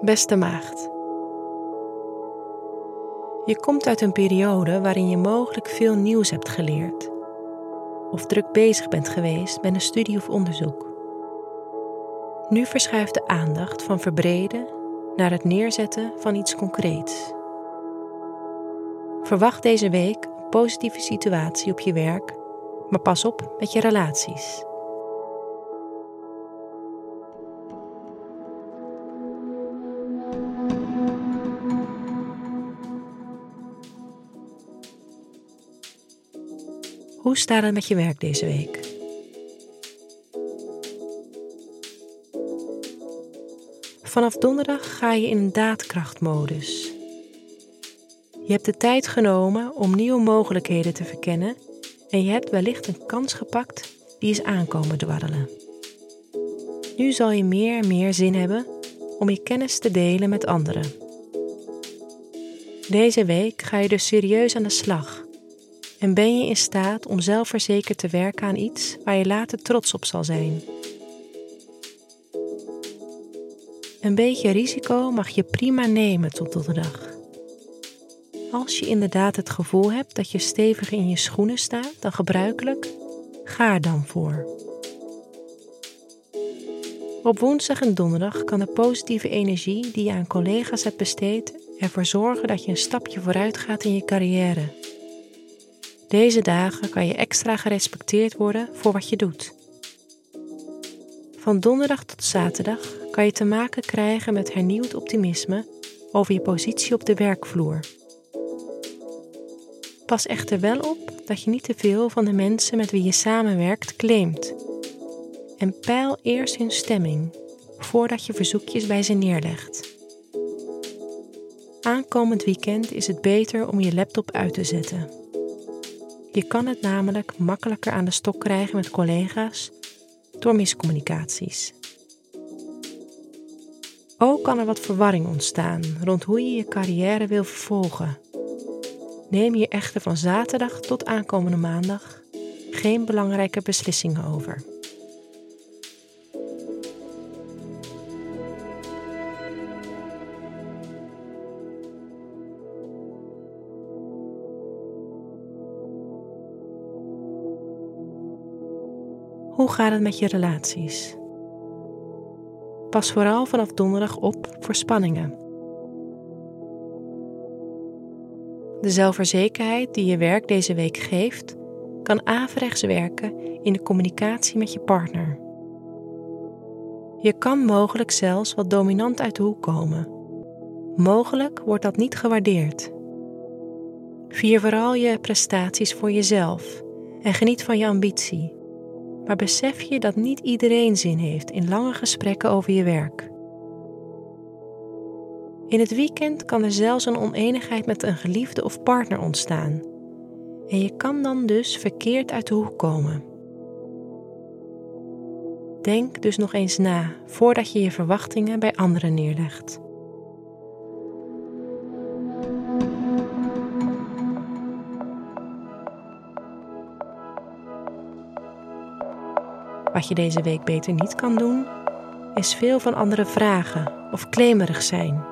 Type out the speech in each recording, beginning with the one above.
Beste maagd. Je komt uit een periode waarin je mogelijk veel nieuws hebt geleerd. Of druk bezig bent geweest met een studie of onderzoek. Nu verschuift de aandacht van verbreden naar het neerzetten van iets concreets. Verwacht deze week een positieve situatie op je werk, maar pas op met je relaties. Hoe staat het met je werk deze week? Vanaf donderdag ga je in een daadkrachtmodus. Je hebt de tijd genomen om nieuwe mogelijkheden te verkennen en je hebt wellicht een kans gepakt die is aankomen dwarrelen. Nu zal je meer en meer zin hebben om je kennis te delen met anderen. Deze week ga je dus serieus aan de slag. En ben je in staat om zelfverzekerd te werken aan iets waar je later trots op zal zijn. Een beetje risico mag je prima nemen tot donderdag. Als je inderdaad het gevoel hebt dat je steviger in je schoenen staat dan gebruikelijk, ga er dan voor. Op woensdag en donderdag kan de positieve energie die je aan collega's hebt besteed ervoor zorgen dat je een stapje vooruit gaat in je carrière. Deze dagen kan je extra gerespecteerd worden voor wat je doet. Van donderdag tot zaterdag kan je te maken krijgen met hernieuwd optimisme over je positie op de werkvloer. Pas echter wel op dat je niet te veel van de mensen met wie je samenwerkt claimt. En peil eerst hun stemming voordat je verzoekjes bij ze neerlegt. Aankomend weekend is het beter om je laptop uit te zetten. Je kan het namelijk makkelijker aan de stok krijgen met collega's door miscommunicaties. Ook kan er wat verwarring ontstaan rond hoe je je carrière wil vervolgen. Neem hier echter van zaterdag tot aankomende maandag geen belangrijke beslissingen over. Hoe gaat het met je relaties? Pas vooral vanaf donderdag op voor spanningen. De zelfverzekerheid die je werk deze week geeft, kan averechts werken in de communicatie met je partner. Je kan mogelijk zelfs wat dominant uit de hoek komen. Mogelijk wordt dat niet gewaardeerd. Vier vooral je prestaties voor jezelf en geniet van je ambitie. Maar besef je dat niet iedereen zin heeft in lange gesprekken over je werk. In het weekend kan er zelfs een oneenigheid met een geliefde of partner ontstaan. En je kan dan dus verkeerd uit de hoek komen. Denk dus nog eens na voordat je je verwachtingen bij anderen neerlegt. Wat je deze week beter niet kan doen, is veel van anderen vragen of claimerig zijn.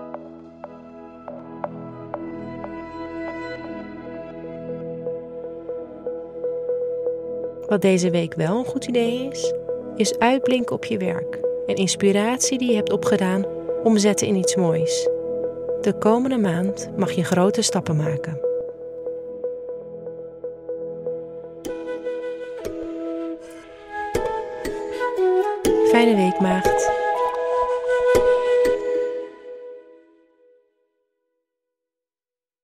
Wat deze week wel een goed idee is uitblinken op je werk en inspiratie die je hebt opgedaan omzetten in iets moois. De komende maand mag je grote stappen maken. Fijne week, maagd.